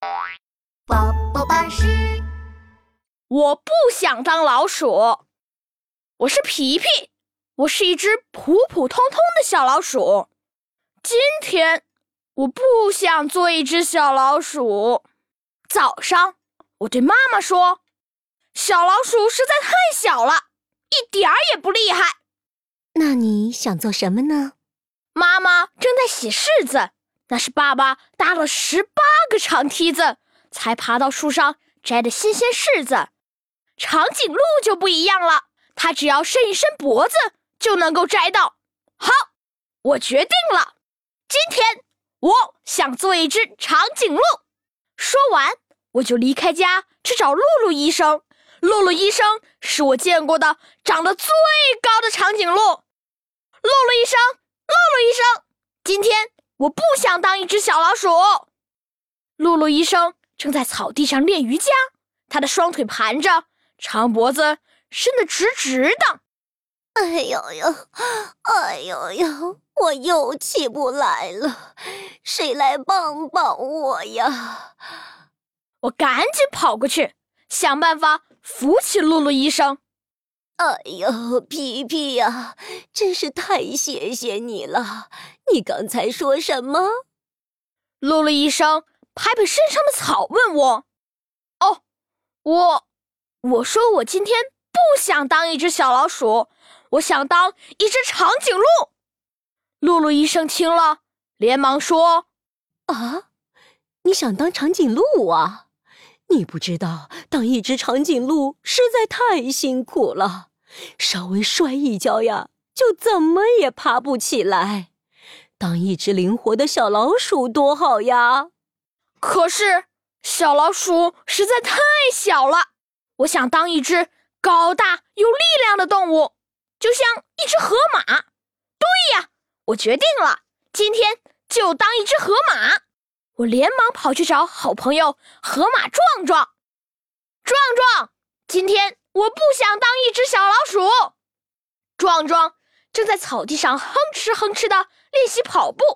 宝宝巴士。 我不想当老鼠。我是皮皮，我是一只普普通通的小老鼠。今天我不想做一只小老鼠。早上我对妈妈说，小老鼠实在太小了，一点儿也不厉害。 那你想做什么呢？ 妈妈正在洗柿子，那是爸爸搭了18个长梯子才爬到树上摘的新鲜柿子。长颈鹿就不一样了，它只要伸一伸脖子就能够摘到。好，我决定了，今天我想做一只长颈鹿。说完，我就离开家去找露露医生。露露医生是我见过的长得最高的长颈鹿。露露医生，露露医生，今天我不想当一只小老鼠。露露医生正在草地上练瑜伽，他的双腿盘着，长脖子伸得直直的。 哎呦呦，哎呦呦，我又起不来了，谁来帮帮我呀？ 我赶紧跑过去，想办法扶起露露医生。 哎呦，皮皮呀，真是太谢谢你了！你刚才说什么？ 露露医生拍拍身上的草问我：“哦，我说我今天不想当一只小老鼠，我想当一只长颈鹿。”露露医生听了，连忙说：“ 啊，你想当长颈鹿啊？你不知道当一只长颈鹿实在太辛苦了，稍微摔一跤呀，就怎么也爬不起来。当一只灵活的小老鼠多好呀！ 可是小老鼠实在太小了，我想当一只高大有力量的动物，就像一只河马。对呀，我决定了，今天就当一只河马。我连忙跑去找好朋友河马壮壮。壮壮，今天我不想当一只小老鼠。壮壮正在草地上哼哧哼哧地练习跑步。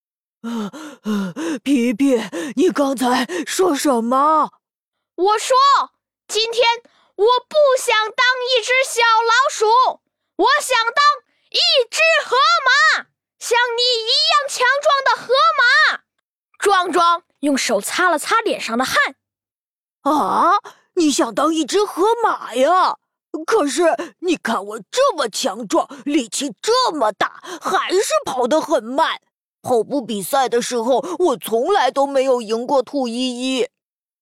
皮皮，你刚才说什么？ 我说，今天我不想当一只小老鼠，我想当一只河马，像你一样强壮的河马。壮壮用手擦了擦脸上的汗。 啊，你想当一只河马呀？可是你看我这么强壮，力气这么大，还是跑得很慢。跑步比赛的时候，我从来都没有赢过兔依依。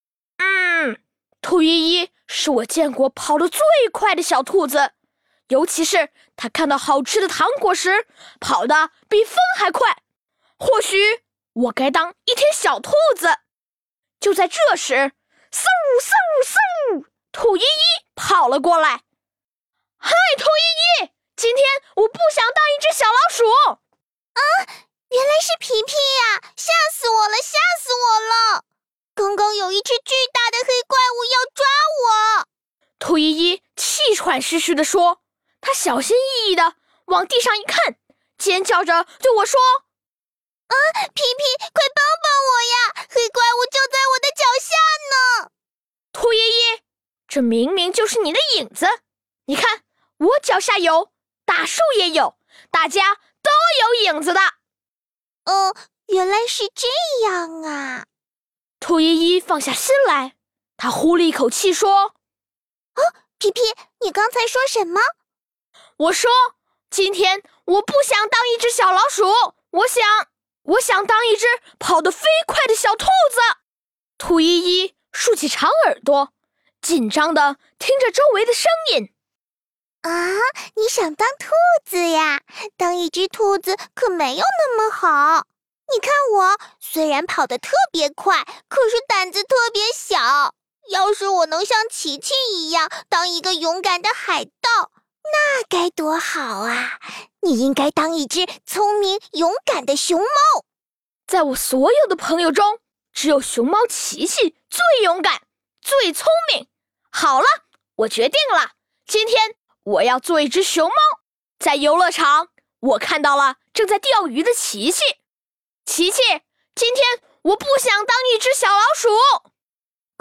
兔依依是我见过跑得最快的小兔子，尤其是它看到好吃的糖果时，跑得比风还快。或许我该当一天小兔子。就在这时，嗖嗖嗖，兔依依跑了过来。嗨，兔依依，今天我不想当一只小老鼠。 原来是皮皮呀！吓死我了，吓死我了！刚刚有一只巨大的黑怪物要抓我。 兔依依气喘吁吁地说，她小心翼翼地往地上一看，尖叫着对我说：“ 皮皮，快帮帮我呀！黑怪物就在我的脚下呢！” 兔依依，这明明就是你的影子。你看，我脚下有，大树也有，大家都有影子的。 原来是这样啊！ 兔依依放下心来，她呼了一口气说：“ 皮皮，你刚才说什么？” 我说，今天我不想当一只小老鼠，我想当一只跑得飞快的小兔子。兔依依竖起长耳朵，紧张地听着周围的声音。 你想当兔子呀？当一只兔子可没有那么好。你看我，虽然跑得特别快，可是胆子特别小。要是我能像琪琪一样，当一个勇敢的海盗，那该多好啊！你应该当一只聪明勇敢的熊猫。 在我所有的朋友中，只有熊猫琪琪最勇敢、最聪明。好了，我决定了，今天我要做一只熊猫。在游乐场，我看到了正在钓鱼的琪琪。琪琪，今天我不想当一只小老鼠。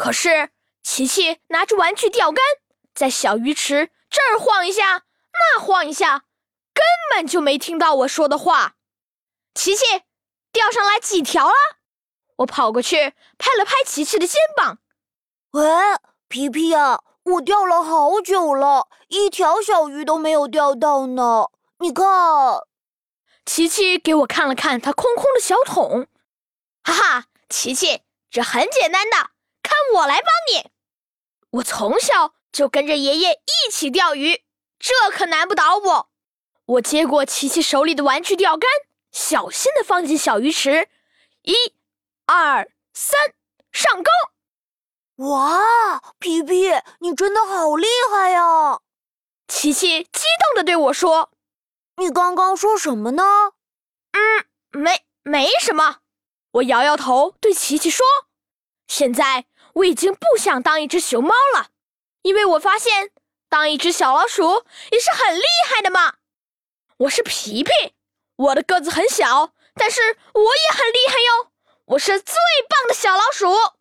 可是琪琪拿着玩具钓竿，在小鱼池这儿晃一下，那晃一下，根本就没听到我说的话。琪琪，钓上来几条了？我跑过去拍了拍琪琪的肩膀。 喂，皮皮呀，我钓了好久了，一条小鱼都没有钓到呢。你看， 琪琪给我看了看他空空的小桶。哈哈，琪琪，这很简单的，看我来帮你。我从小就跟着爷爷一起钓鱼，这可难不倒我。我接过琪琪手里的玩具钓竿，小心地放进小鱼池，1、2、3，上钩！ 哇，皮皮，你真的好厉害呀！ 琪琪激动地对我说：“ 你刚刚说什么呢？” 没什么。我摇摇头对琪琪说：“现在我已经不想当一只熊猫了，因为我发现当一只小老鼠也是很厉害的嘛。我是皮皮，我的个子很小，但是我也很厉害哟，我是最棒的小老鼠。”